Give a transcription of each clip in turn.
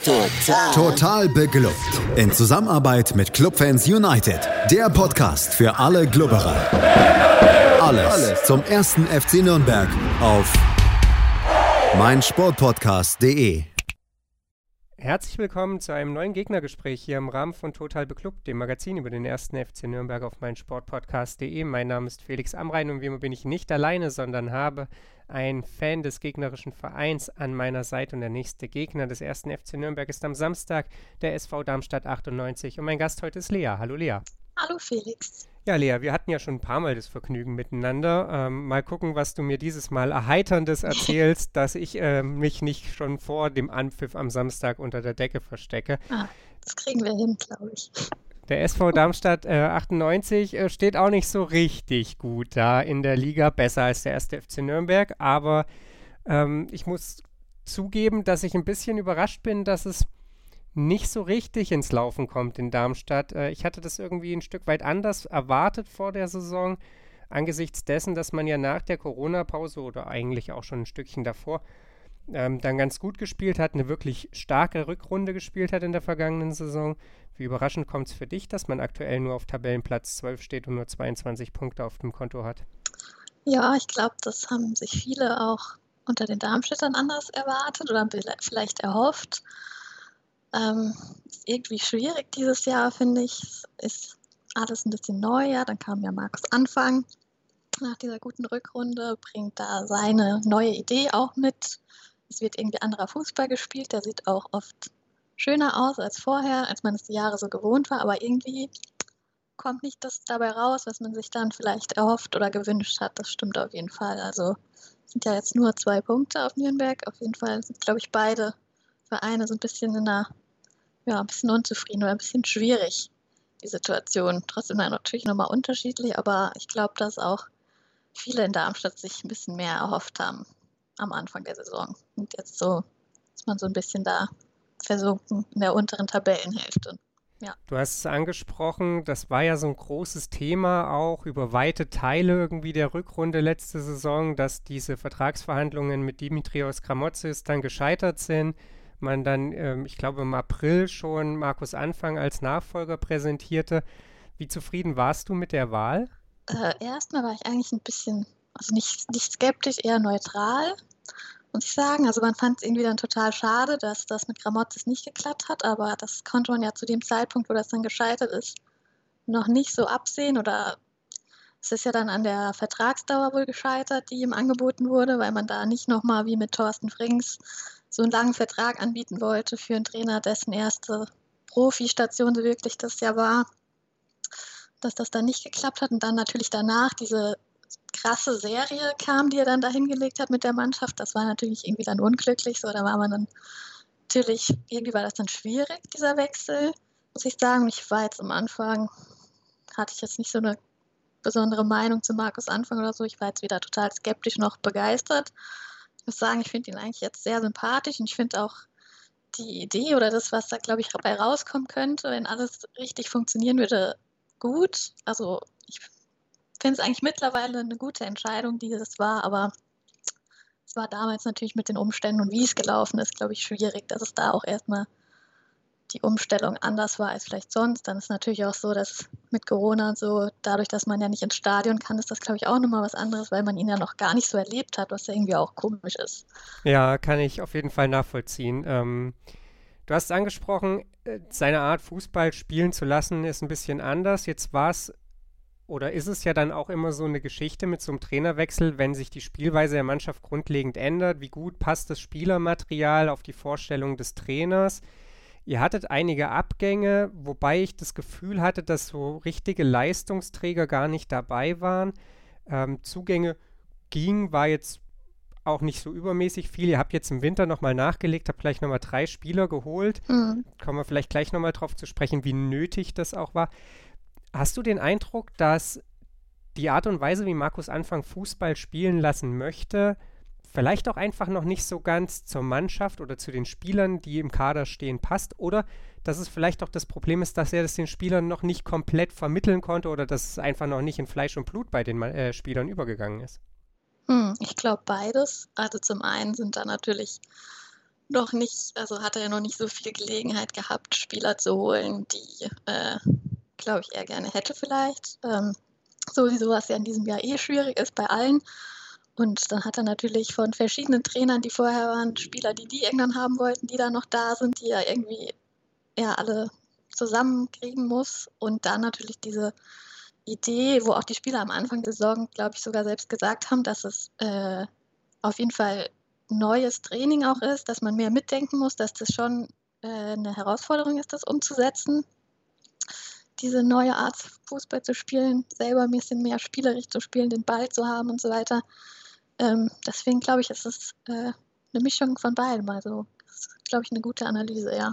Total beglückt. In Zusammenarbeit mit Clubfans United. Der Podcast für alle Glubberer. Alles zum ersten FC Nürnberg auf meinsportpodcast.de. Herzlich willkommen zu einem neuen Gegnergespräch hier im Rahmen von Total Beklubbt, dem Magazin über den ersten FC Nürnberg auf meinsportpodcast.de. Mein Name ist Felix Amrain und wie immer bin ich nicht alleine, sondern habe einen Fan des gegnerischen Vereins an meiner Seite und der nächste Gegner des ersten FC Nürnberg ist am Samstag der SV Darmstadt 98 und mein Gast heute ist Lea. Hallo Lea. Hallo Felix. Ja, Lea, wir hatten ja schon ein paar Mal das Vergnügen miteinander. Mal gucken, was du mir dieses Mal Erheiterndes erzählst, dass ich mich nicht schon vor dem Anpfiff am Samstag unter der Decke verstecke. Das kriegen wir hin, glaube ich. Der SV Darmstadt 98 steht auch nicht so richtig gut da in der Liga, besser als der erste FC Nürnberg, aber ich muss zugeben, dass ich ein bisschen überrascht bin, dass es nicht so richtig ins Laufen kommt in Darmstadt. Ich hatte das irgendwie ein Stück weit anders erwartet vor der Saison, angesichts dessen, dass man ja nach der Corona-Pause oder eigentlich auch schon ein Stückchen davor dann ganz gut gespielt hat, eine wirklich starke Rückrunde gespielt hat in der vergangenen Saison. Wie überraschend kommt es für dich, dass man aktuell nur auf Tabellenplatz 12 steht und nur 22 Punkte auf dem Konto hat? Ja, ich glaube, das haben sich viele auch unter den Darmstädtern anders erwartet oder vielleicht erhofft. Ist irgendwie schwierig dieses Jahr, finde ich. Es ist alles ein bisschen neu. Ja. Dann kam ja Markus Anfang nach dieser guten Rückrunde, bringt da seine neue Idee auch mit. Es wird irgendwie anderer Fußball gespielt. Der sieht auch oft schöner aus als vorher, als man es die Jahre so gewohnt war. Aber irgendwie kommt nicht das dabei raus, was man sich dann vielleicht erhofft oder gewünscht hat. Das stimmt auf jeden Fall. Also es sind ja jetzt nur 2 Punkte auf Nürnberg. Auf jeden Fall sind, glaube ich, beide Vereine so ein bisschen ein bisschen unzufrieden oder ein bisschen schwierig, die Situation. Trotzdem natürlich nochmal unterschiedlich, aber ich glaube, dass auch viele in Darmstadt sich ein bisschen mehr erhofft haben am Anfang der Saison. Und jetzt so ist man so ein bisschen da versunken in der unteren Tabellenhälfte. Ja. Du hast es angesprochen, das war ja so ein großes Thema auch über weite Teile irgendwie der Rückrunde letzte Saison, dass diese Vertragsverhandlungen mit Dimitrios Gramotzis dann gescheitert sind. Man dann, ich glaube im April schon Markus Anfang als Nachfolger präsentierte. Wie zufrieden warst du mit der Wahl? Erstmal war ich eigentlich ein bisschen, also nicht skeptisch, eher neutral, muss ich sagen. Also man fand es irgendwie dann total schade, dass das mit Gramotzis nicht geklappt hat, aber das konnte man ja zu dem Zeitpunkt, wo das dann gescheitert ist, noch nicht so absehen oder es ist ja dann an der Vertragsdauer wohl gescheitert, die ihm angeboten wurde, weil man da nicht nochmal wie mit Thorsten Frings so einen langen Vertrag anbieten wollte für einen Trainer, dessen erste Profistation so wirklich das ja war, dass das dann nicht geklappt hat und dann natürlich danach diese krasse Serie kam, die er dann da hingelegt hat mit der Mannschaft. Das war natürlich irgendwie dann unglücklich, so da war man dann natürlich, irgendwie war das dann schwierig, dieser Wechsel, muss ich sagen. Ich war jetzt am Anfang, hatte ich jetzt nicht so eine besondere Meinung zu Markus Anfang oder so, ich war jetzt wieder total skeptisch, noch begeistert. Ich muss sagen, ich finde ihn eigentlich jetzt sehr sympathisch und ich finde auch die Idee oder das, was da, glaube ich, dabei rauskommen könnte, wenn alles richtig funktionieren würde, gut. Also ich finde es eigentlich mittlerweile eine gute Entscheidung, die das war, aber es war damals natürlich mit den Umständen und wie es gelaufen ist, glaube ich, schwierig, dass es da auch erstmal die Umstellung anders war als vielleicht sonst. Dann ist natürlich auch so, dass mit Corona und so, dadurch, dass man ja nicht ins Stadion kann, ist das, glaube ich, auch nochmal was anderes, weil man ihn ja noch gar nicht so erlebt hat, was ja irgendwie auch komisch ist. Ja, kann ich auf jeden Fall nachvollziehen. Du hast es angesprochen, seine Art, Fußball spielen zu lassen, ist ein bisschen anders. Jetzt war es oder ist es ja dann auch immer so eine Geschichte mit so einem Trainerwechsel, wenn sich die Spielweise der Mannschaft grundlegend ändert. Wie gut passt das Spielermaterial auf die Vorstellung des Trainers? Ihr hattet einige Abgänge, wobei ich das Gefühl hatte, dass so richtige Leistungsträger gar nicht dabei waren. Zugänge war jetzt auch nicht so übermäßig viel. Ihr habt jetzt im Winter nochmal nachgelegt, habt gleich nochmal 3 Spieler geholt. Kommen wir vielleicht gleich nochmal drauf zu sprechen, wie nötig das auch war. Hast du den Eindruck, dass die Art und Weise, wie Markus Anfang Fußball spielen lassen möchte, vielleicht auch einfach noch nicht so ganz zur Mannschaft oder zu den Spielern, die im Kader stehen, passt? Oder dass es vielleicht auch das Problem ist, dass er das den Spielern noch nicht komplett vermitteln konnte oder dass es einfach noch nicht in Fleisch und Blut bei den Spielern übergegangen ist? Ich glaube beides. Also zum einen sind da natürlich noch nicht, also hat er ja noch nicht so viel Gelegenheit gehabt, Spieler zu holen, die, glaube ich, er gerne hätte vielleicht. Sowieso, was ja in diesem Jahr schwierig ist bei allen. Und dann hat er natürlich von verschiedenen Trainern, die vorher waren, Spieler, die irgendwann haben wollten, die da noch da sind, die er irgendwie alle zusammenkriegen muss. Und dann natürlich diese Idee, wo auch die Spieler am Anfang der Saison, glaube ich, sogar selbst gesagt haben, dass es auf jeden Fall neues Training auch ist, dass man mehr mitdenken muss, dass das schon eine Herausforderung ist, das umzusetzen, diese neue Art Fußball zu spielen, selber ein bisschen mehr spielerisch zu spielen, den Ball zu haben und so weiter. Deswegen glaube ich, ist es eine Mischung von beidem. Also, das ist, glaube ich, eine gute Analyse, ja.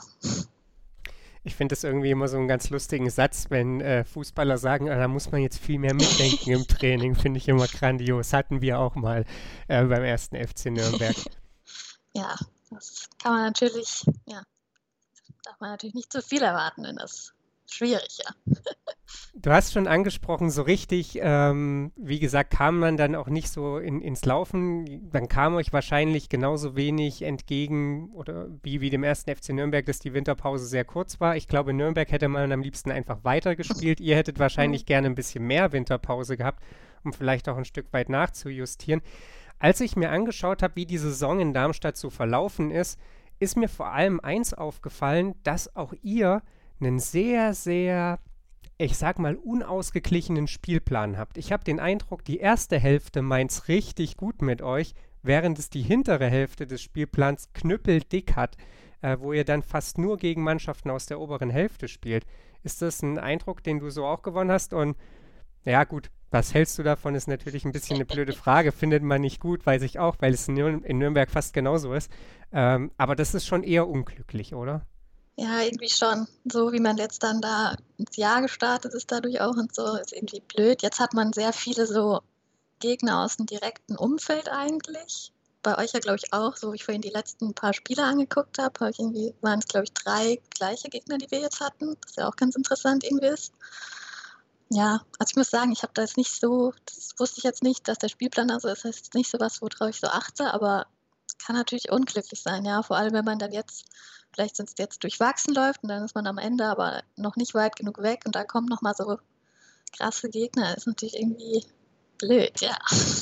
Ich finde das irgendwie immer so einen ganz lustigen Satz, wenn Fußballer sagen, da muss man jetzt viel mehr mitdenken im Training, finde ich immer grandios. Hatten wir auch mal beim ersten FC Nürnberg. Ja, das kann man natürlich, darf man natürlich nicht zu viel erwarten, denn das ist schwierig, ja. Du hast schon angesprochen, so richtig, wie gesagt, kam man dann auch nicht so ins Laufen. Dann kam euch wahrscheinlich genauso wenig entgegen oder wie dem ersten FC Nürnberg, dass die Winterpause sehr kurz war. Ich glaube, in Nürnberg hätte man am liebsten einfach weitergespielt. Ihr hättet wahrscheinlich gerne ein bisschen mehr Winterpause gehabt, um vielleicht auch ein Stück weit nachzujustieren. Als ich mir angeschaut habe, wie die Saison in Darmstadt so verlaufen ist mir vor allem eins aufgefallen, dass auch ihr einen sehr, sehr, ich sag mal, unausgeglichenen Spielplan habt. Ich habe den Eindruck, die erste Hälfte meint's richtig gut mit euch, während es die hintere Hälfte des Spielplans knüppeldick hat, wo ihr dann fast nur gegen Mannschaften aus der oberen Hälfte spielt. Ist das ein Eindruck, den du so auch gewonnen hast? Und ja gut, was hältst du davon, ist natürlich ein bisschen eine blöde Frage. Findet man nicht gut, weiß ich auch, weil es in Nürnberg fast genauso ist. Aber das ist schon eher unglücklich, oder? Ja, irgendwie schon. So wie man jetzt dann da ins Jahr gestartet ist dadurch auch und so, ist irgendwie blöd. Jetzt hat man sehr viele so Gegner aus dem direkten Umfeld eigentlich. Bei euch ja, glaube ich, auch, so wie ich vorhin die letzten paar Spiele angeguckt habe, waren es, glaube ich, 3 gleiche Gegner, die wir jetzt hatten, was ja auch ganz interessant irgendwie ist. Ja, also ich muss sagen, ich habe da jetzt nicht so, das wusste ich jetzt nicht, dass der Spielplan also ist, das ist nicht so was, worauf ich so achte, aber es kann natürlich unglücklich sein, ja, vor allem wenn man dann jetzt vielleicht sonst jetzt durchwachsen läuft und dann ist man am Ende aber noch nicht weit genug weg und da kommen nochmal so krasse Gegner, ist natürlich irgendwie blöd, ja.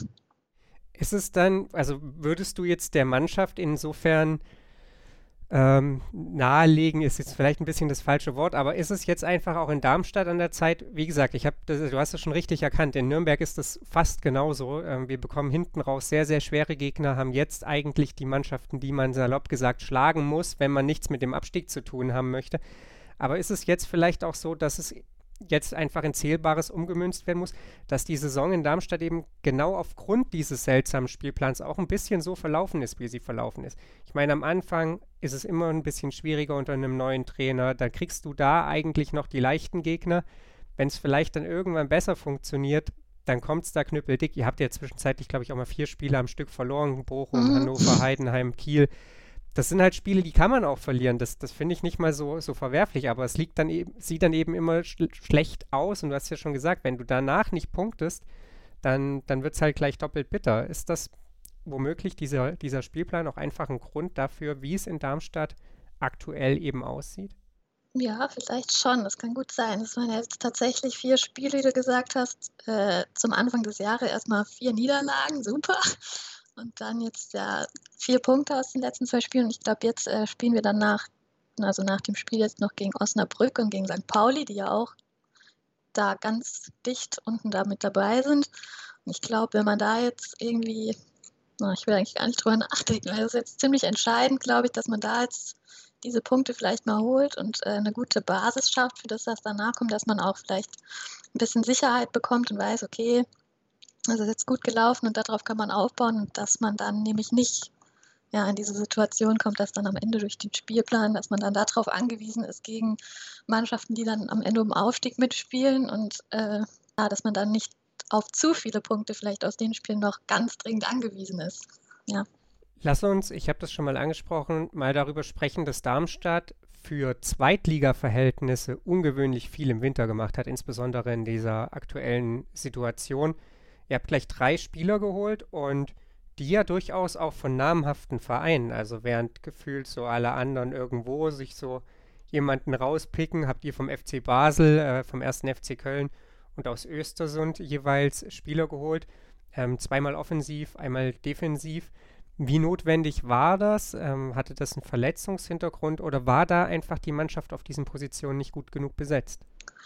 Ist es dann, also würdest du jetzt der Mannschaft insofern nahelegen, ist jetzt vielleicht ein bisschen das falsche Wort, aber ist es jetzt einfach auch in Darmstadt an der Zeit, wie gesagt, du hast es schon richtig erkannt, in Nürnberg ist das fast genauso. Wir bekommen hinten raus sehr, sehr schwere Gegner, haben jetzt eigentlich die Mannschaften, die man salopp gesagt schlagen muss, wenn man nichts mit dem Abstieg zu tun haben möchte. Aber ist es jetzt vielleicht auch so, dass es jetzt einfach in Zählbares umgemünzt werden muss, dass die Saison in Darmstadt eben genau aufgrund dieses seltsamen Spielplans auch ein bisschen so verlaufen ist, wie sie verlaufen ist. Ich meine, am Anfang ist es immer ein bisschen schwieriger unter einem neuen Trainer. Da kriegst du da eigentlich noch die leichten Gegner. Wenn es vielleicht dann irgendwann besser funktioniert, dann kommt es da knüppeldick. Ihr habt ja zwischenzeitlich, glaube ich, auch mal 4 Spiele am Stück verloren. Bochum, Hannover, Heidenheim, Kiel. Das sind halt Spiele, die kann man auch verlieren. Das finde ich nicht mal so verwerflich, aber es sieht dann eben immer schlecht aus. Und du hast ja schon gesagt, wenn du danach nicht punktest, dann wird es halt gleich doppelt bitter. Ist das womöglich dieser Spielplan auch einfach ein Grund dafür, wie es in Darmstadt aktuell eben aussieht? Ja, vielleicht schon, das kann gut sein. Es waren ja jetzt tatsächlich 4 Spiele, wie du gesagt hast, zum Anfang des Jahres erstmal 4 Niederlagen, super. Und dann jetzt ja 4 Punkte aus den letzten 2 Spielen. Und ich glaube, jetzt spielen wir dann nach dem Spiel jetzt noch gegen Osnabrück und gegen St. Pauli, die ja auch da ganz dicht unten da mit dabei sind. Und ich glaube, wenn man da jetzt irgendwie, ich will eigentlich gar nicht drüber nachdenken, weil das ist jetzt ziemlich entscheidend, glaube ich, dass man da jetzt diese Punkte vielleicht mal holt und eine gute Basis schafft für das, was danach kommt, dass man auch vielleicht ein bisschen Sicherheit bekommt und weiß, okay, das ist jetzt gut gelaufen und darauf kann man aufbauen und dass man dann nämlich nicht in diese Situation kommt, dass dann am Ende durch den Spielplan, dass man dann darauf angewiesen ist gegen Mannschaften, die dann am Ende um Aufstieg mitspielen und dass man dann nicht auf zu viele Punkte vielleicht aus den Spielen noch ganz dringend angewiesen ist. Ja. Lass uns, ich habe das schon mal angesprochen, mal darüber sprechen, dass Darmstadt für Zweitliga-Verhältnisse ungewöhnlich viel im Winter gemacht hat, insbesondere in dieser aktuellen Situation. Ihr habt gleich 3 Spieler geholt und die ja durchaus auch von namhaften Vereinen, also während gefühlt so alle anderen irgendwo sich so jemanden rauspicken, habt ihr vom FC Basel, vom 1. FC Köln und aus Östersund jeweils Spieler geholt, zweimal offensiv, einmal defensiv. Wie notwendig war das? Hatte das einen Verletzungshintergrund oder war da einfach die Mannschaft auf diesen Positionen nicht gut genug besetzt?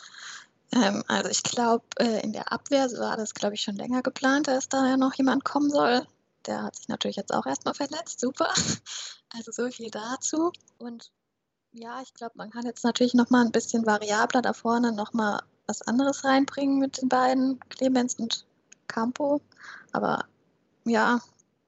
Also ich glaube, in der Abwehr war das, glaube ich, schon länger geplant, dass da ja noch jemand kommen soll. Der hat sich natürlich jetzt auch erstmal verletzt, super. Also so viel dazu. Und ja, ich glaube, man kann jetzt natürlich nochmal ein bisschen variabler da vorne nochmal was anderes reinbringen mit den beiden, Clemens und Campo. Aber ja,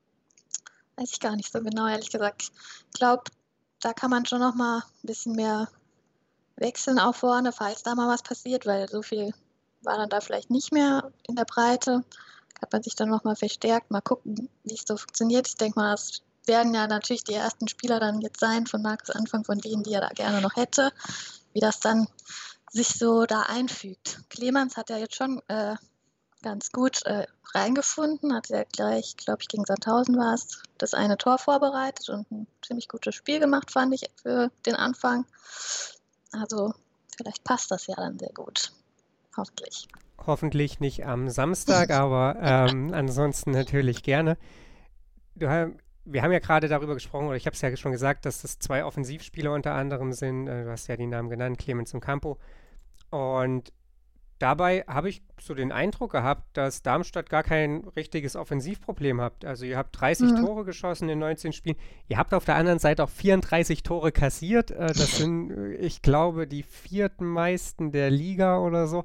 weiß ich gar nicht so genau, ehrlich gesagt. Ich glaube, da kann man schon nochmal ein bisschen mehr wechseln auch vorne, falls da mal was passiert, weil so viel war dann da vielleicht nicht mehr in der Breite. Hat man sich dann nochmal verstärkt, mal gucken, wie es so funktioniert. Ich denke mal, es werden ja natürlich die ersten Spieler dann jetzt sein von Markus Anfang, von denen, die er da gerne noch hätte, wie das dann sich so da einfügt. Clemens hat ja jetzt schon ganz gut reingefunden, hat ja gleich, glaube ich, gegen Sandhausen war es, das eine Tor vorbereitet und ein ziemlich gutes Spiel gemacht, fand ich, für den Anfang. Also vielleicht passt das ja dann sehr gut. Hoffentlich. Hoffentlich nicht am Samstag, aber ansonsten natürlich gerne. Wir haben ja gerade darüber gesprochen, oder ich habe es ja schon gesagt, dass das 2 Offensivspieler unter anderem sind. Du hast ja die Namen genannt, Clemens und Campo. Und dabei habe ich so den Eindruck gehabt, dass Darmstadt gar kein richtiges Offensivproblem hat. Also ihr habt 30 Tore geschossen in 19 Spielen. Ihr habt auf der anderen Seite auch 34 Tore kassiert. Das sind, ich glaube, die 4. meisten der Liga oder so.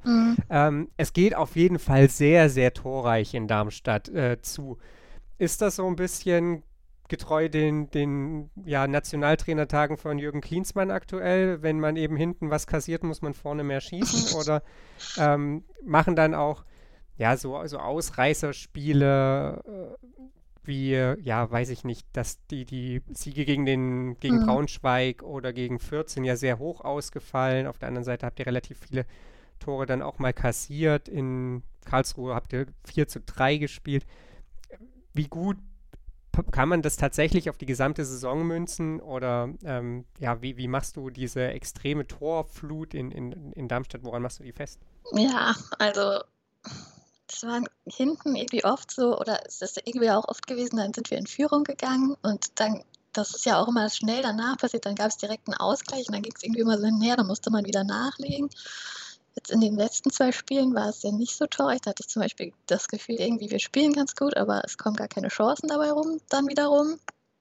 Es geht auf jeden Fall sehr, sehr torreich in Darmstadt zu. Ist das so ein bisschen getreu den Nationaltrainertagen von Jürgen Klinsmann aktuell? Wenn man eben hinten was kassiert, muss man vorne mehr schießen? Oder machen dann auch so Ausreißerspiele wie, weiß ich nicht, dass die Siege gegen Braunschweig oder gegen Fürth sind ja sehr hoch ausgefallen. Auf der anderen Seite habt ihr relativ viele Tore dann auch mal kassiert. In Karlsruhe habt ihr 4:3 gespielt. Wie gut kann man das tatsächlich auf die gesamte Saison münzen oder wie machst du diese extreme Torflut in Darmstadt, woran machst du die fest? Ja, also das war hinten irgendwie oft so, oder es ist irgendwie auch oft gewesen, dann sind wir in Führung gegangen und dann, das ist ja auch immer schnell danach passiert, dann gab es direkt einen Ausgleich und dann ging es irgendwie immer so hinher, da musste man wieder nachlegen. Jetzt in den letzten 2 Spielen war es ja nicht so toll. Da hatte ich zum Beispiel das Gefühl, irgendwie wir spielen ganz gut, aber es kommen gar keine Chancen dabei rum, dann wiederum.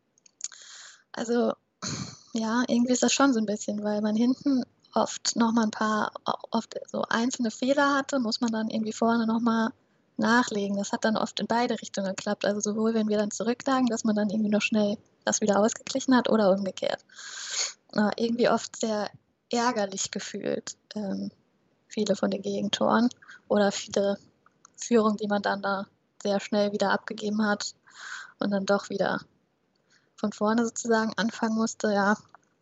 Also ja, irgendwie ist das schon so ein bisschen, weil man hinten oft nochmal oft so einzelne Fehler hatte, muss man dann irgendwie vorne nochmal nachlegen. Das hat dann oft in beide Richtungen geklappt. Also sowohl, wenn wir dann zurücklagen, dass man dann irgendwie noch schnell das wieder ausgeglichen hat oder umgekehrt. Irgendwie oft sehr ärgerlich gefühlt. Viele von den Gegentoren oder viele Führungen, die man dann da sehr schnell wieder abgegeben hat und dann doch wieder von vorne sozusagen anfangen musste, ja.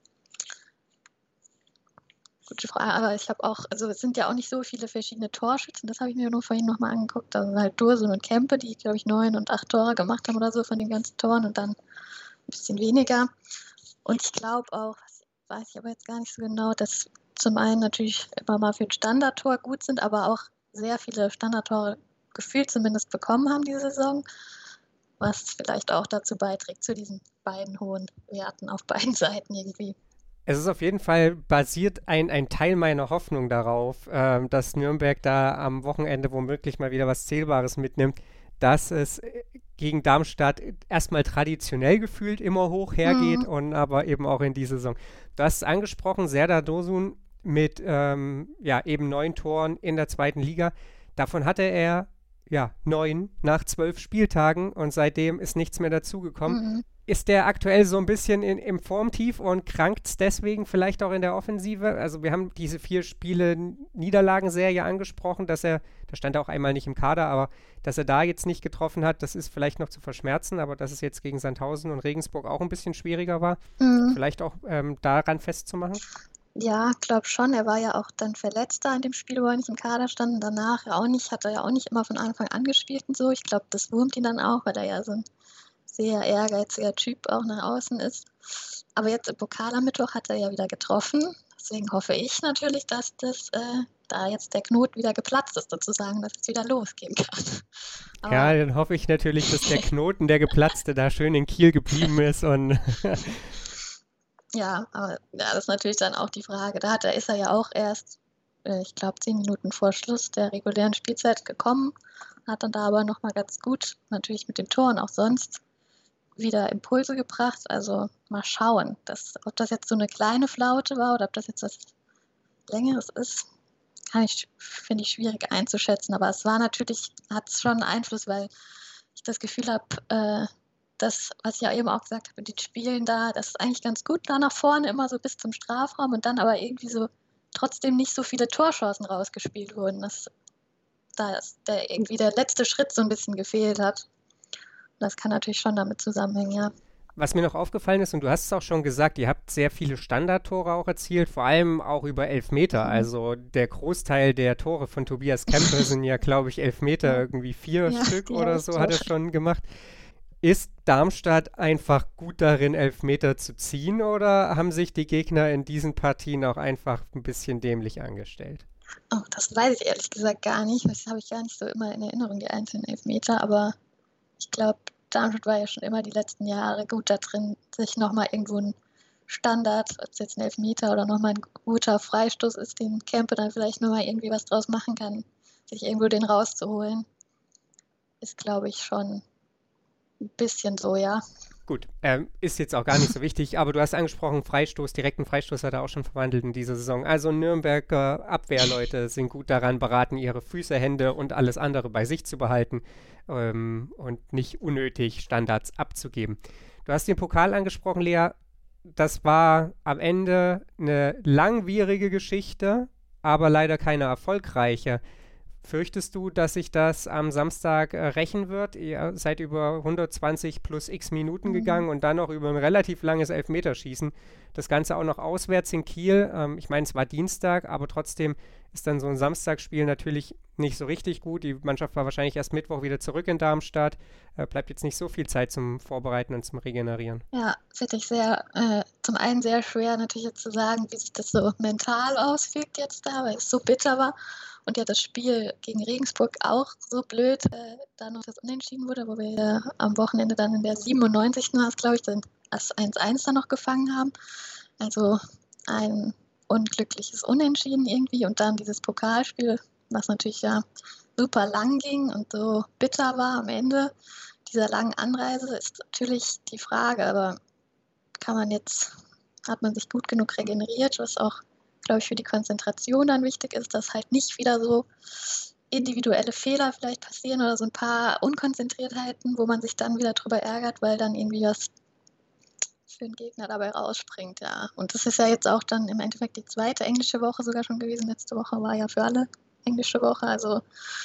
Gute Frage, aber ich habe auch, also es sind ja auch nicht so viele verschiedene Torschützen, das habe ich mir nur vorhin nochmal angeguckt, also halt Dursun und Kempe, die, glaube ich, 9 und 8 Tore gemacht haben oder so von den ganzen Toren und dann ein bisschen weniger. Und ich glaube auch, weiß ich aber jetzt gar nicht so genau, dass zum einen natürlich immer mal für ein Standardtor gut sind, aber auch sehr viele Standardtore gefühlt zumindest bekommen haben diese Saison, was vielleicht auch dazu beiträgt, zu diesen beiden hohen Werten auf beiden Seiten irgendwie. Es ist auf jeden Fall basiert ein Teil meiner Hoffnung darauf, dass Nürnberg da am Wochenende womöglich mal wieder was Zählbares mitnimmt, dass es gegen Darmstadt erstmal traditionell gefühlt immer hoch hergeht und aber eben auch in die Saison. Du hast es angesprochen, Serdar Dursun mit eben 9 Toren in der 2. Liga. Davon hatte er 9 nach 12 Spieltagen und seitdem ist nichts mehr dazugekommen. Ist der aktuell so ein bisschen im Formtief und krankt es deswegen vielleicht auch in der Offensive? Also wir haben diese 4 Spiele Niederlagenserie angesprochen, da stand er auch einmal nicht im Kader, aber dass er da jetzt nicht getroffen hat, das ist vielleicht noch zu verschmerzen, aber dass es jetzt gegen Sandhausen und Regensburg auch ein bisschen schwieriger war, vielleicht auch daran festzumachen? Ja, glaube schon. Er war ja auch dann verletzt da in dem Spiel, wo er nicht im Kader stand. Und danach auch nicht, hat er ja auch nicht immer von Anfang an gespielt und so. Ich glaube, das wurmt ihn dann auch, weil er ja so ein sehr ehrgeiziger Typ auch nach außen ist. Aber jetzt im Pokal am Mittwoch hat er ja wieder getroffen. Deswegen hoffe ich natürlich, dass da jetzt der Knoten wieder geplatzt ist, sozusagen, dass es wieder losgehen kann. Aber Ja, dann hoffe ich natürlich, dass der Knoten, der geplatzte, da schön in Kiel geblieben ist und ja, das ist natürlich dann auch die Frage. Ist er ja auch erst, ich glaube, 10 Minuten vor Schluss der regulären Spielzeit gekommen, hat dann da aber nochmal ganz gut, natürlich mit dem Tor und auch sonst, wieder Impulse gebracht. Also mal schauen, ob das jetzt so eine kleine Flaute war oder ob das jetzt was Längeres ist, finde ich schwierig einzuschätzen. Aber es hat es schon einen Einfluss, weil ich das Gefühl habe, das, was ich ja eben auch gesagt habe, mit den Spielen da, das ist eigentlich ganz gut da nach vorne, immer so bis zum Strafraum und dann aber irgendwie so trotzdem nicht so viele Torchancen rausgespielt wurden. Dass irgendwie der letzte Schritt so ein bisschen gefehlt hat. Das kann natürlich schon damit zusammenhängen, ja. was mir noch aufgefallen ist, und du hast es auch schon gesagt, ihr habt sehr viele Standardtore auch erzielt, vor allem auch über Elfmeter. Also der Großteil der Tore von Tobias Kempe sind ja, glaube ich, Elfmeter, irgendwie 4 Stück oder so hat er schon gemacht. Ist Darmstadt einfach gut darin, Elfmeter zu ziehen, oder haben sich die Gegner in diesen Partien auch einfach ein bisschen dämlich angestellt? Oh, das weiß ich ehrlich gesagt gar nicht. Das habe ich gar nicht so immer in Erinnerung, die einzelnen Elfmeter. Aber ich glaube, Darmstadt war ja schon immer die letzten Jahre gut da drin, sich nochmal irgendwo einen Standard, ob es jetzt ein Elfmeter oder nochmal ein guter Freistoß ist, den Kempe dann vielleicht nochmal irgendwie was draus machen kann, sich irgendwo den rauszuholen. Ist, glaube ich, schon ein bisschen so, ja. Gut, ist jetzt auch gar nicht so wichtig, aber du hast angesprochen, direkten Freistoß hat er auch schon verwandelt in dieser Saison. Also Nürnberger Abwehrleute sind gut daran beraten, ihre Füße, Hände und alles andere bei sich zu behalten und nicht unnötig Standards abzugeben. Du hast den Pokal angesprochen, Lea. Das war am Ende eine langwierige Geschichte, aber leider keine erfolgreiche. Fürchtest du, dass sich das am Samstag rächen wird? Ihr seid über 120 plus x Minuten gegangen und dann noch über ein relativ langes Elfmeterschießen. Das Ganze auch noch auswärts in Kiel. Ich meine, es war Dienstag, aber trotzdem ist dann so ein Samstagsspiel natürlich nicht so richtig gut. Die Mannschaft war wahrscheinlich erst Mittwoch wieder zurück in Darmstadt. Bleibt jetzt nicht so viel Zeit zum Vorbereiten und zum Regenerieren. Ja, finde ich zum einen sehr schwer natürlich jetzt zu sagen, wie sich das so mental auswirkt jetzt da, weil es so bitter war. Und ja, das Spiel gegen Regensburg auch so blöd, da noch das Unentschieden wurde, wo wir am Wochenende dann in der 97. war es, glaube ich, dann das 1-1 dann noch gefangen haben. Also ein unglückliches Unentschieden irgendwie und dann dieses Pokalspiel, was natürlich ja super lang ging und so bitter war am Ende dieser langen Anreise, ist natürlich die Frage, aber hat man sich gut genug regeneriert, was auch, glaube ich, für die Konzentration dann wichtig ist, dass halt nicht wieder so individuelle Fehler vielleicht passieren oder so ein paar Unkonzentriertheiten, wo man sich dann wieder drüber ärgert, weil dann irgendwie was für den Gegner dabei rausspringt, ja. Und das ist ja jetzt auch dann im Endeffekt die zweite englische Woche sogar schon gewesen. Letzte Woche war ja für alle englische Woche, also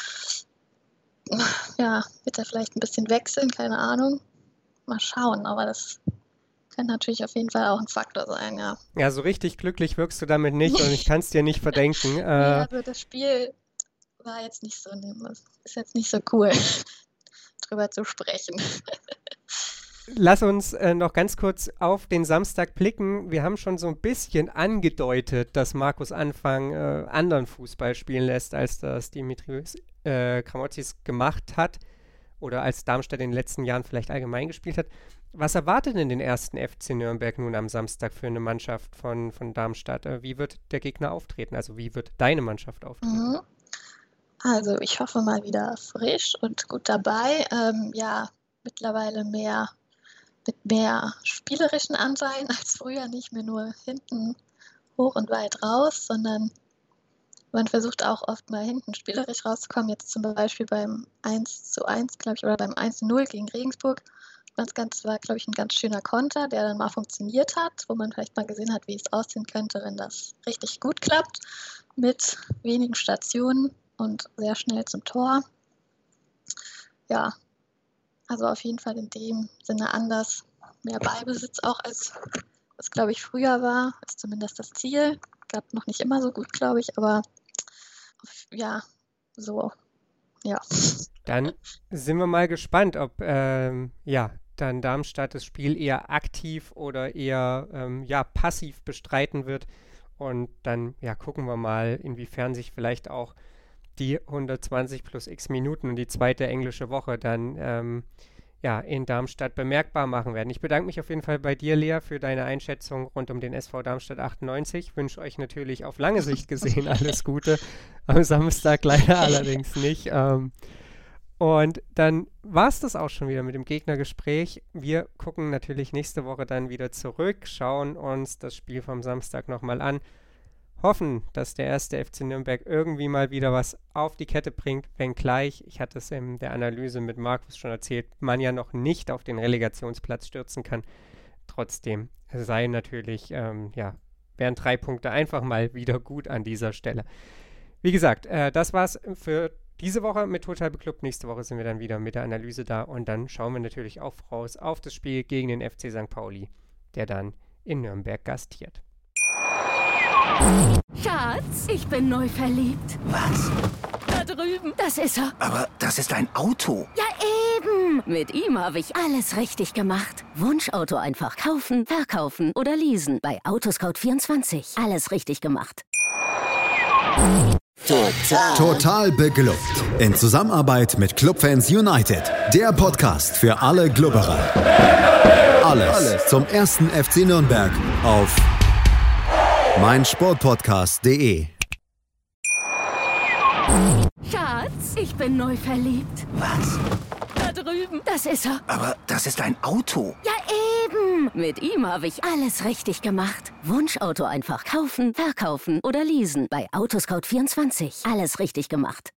ja, wird er vielleicht ein bisschen wechseln, keine Ahnung. Mal schauen, aber das kann natürlich auf jeden Fall auch ein Faktor sein, ja. Ja, so richtig glücklich wirkst du damit nicht und ich kann es dir nicht verdenken. Ja, also das Spiel war jetzt nicht so, ist jetzt nicht so cool, drüber zu sprechen. Lass uns noch ganz kurz auf den Samstag blicken. Wir haben schon so ein bisschen angedeutet, dass Markus Anfang anderen Fußball spielen lässt, als das Dimitris Kramozis gemacht hat oder als Darmstadt in den letzten Jahren vielleicht allgemein gespielt hat. Was erwartet denn den ersten FC Nürnberg nun am Samstag für eine Mannschaft von Darmstadt? Wie wird der Gegner auftreten? Also wie wird deine Mannschaft auftreten? Also ich hoffe mal wieder frisch und gut dabei. Ja, mittlerweile mit mehr spielerischen Anteilen als früher, nicht mehr nur hinten hoch und weit raus, sondern man versucht auch oft mal hinten spielerisch rauszukommen. Jetzt zum Beispiel beim 1:1, glaube ich, oder beim 1:0 gegen Regensburg. Das war, glaube ich, ein ganz schöner Konter, der dann mal funktioniert hat, wo man vielleicht mal gesehen hat, wie es aussehen könnte, wenn das richtig gut klappt, mit wenigen Stationen und sehr schnell zum Tor. Ja, also auf jeden Fall in dem Sinne anders. Mehr Ballbesitz auch als es, glaube ich, früher war. Ist zumindest das Ziel. Gab noch nicht immer so gut, glaube ich, aber ja, so, ja. Dann sind wir mal gespannt, ob dann Darmstadt das Spiel eher aktiv oder eher passiv bestreiten wird. Und dann gucken wir mal, inwiefern sich vielleicht auch die 120 plus x Minuten und die zweite englische Woche dann in Darmstadt bemerkbar machen werden. Ich bedanke mich auf jeden Fall bei dir, Lea, für deine Einschätzung rund um den SV Darmstadt 98. Ich wünsche euch natürlich auf lange Sicht gesehen alles Gute. Am Samstag leider allerdings nicht. Und dann war es das auch schon wieder mit dem Gegnergespräch. Wir gucken natürlich nächste Woche dann wieder zurück, schauen uns das Spiel vom Samstag nochmal an, hoffen, dass der erste FC Nürnberg irgendwie mal wieder was auf die Kette bringt, wenngleich, ich hatte es in der Analyse mit Markus schon erzählt, man ja noch nicht auf den Relegationsplatz stürzen kann. Trotzdem sei natürlich, wären 3 Punkte einfach mal wieder gut an dieser Stelle. Wie gesagt, das war's für diese Woche mit Total Beklubbt. Nächste Woche sind wir dann wieder mit der Analyse da und dann schauen wir natürlich auch voraus auf das Spiel gegen den FC St. Pauli, der dann in Nürnberg gastiert. Schatz, ich bin neu verliebt. Was? Da drüben. Das ist er. Aber das ist ein Auto. Ja, eben. Mit ihm habe ich alles richtig gemacht. Wunschauto einfach kaufen, verkaufen oder leasen. Bei Autoscout24. Alles richtig gemacht. Total Beglückt. In Zusammenarbeit mit Clubfans United. Der Podcast für alle Glubberer. Alles zum ersten FC Nürnberg auf meinsportpodcast.de. Schatz, ich bin neu verliebt. Was? Da drüben. Das ist er. Aber das ist ein Auto. Ja, eben. Mit ihm habe ich alles richtig gemacht. Wunschauto einfach kaufen, verkaufen oder leasen. Bei Autoscout24. Alles richtig gemacht.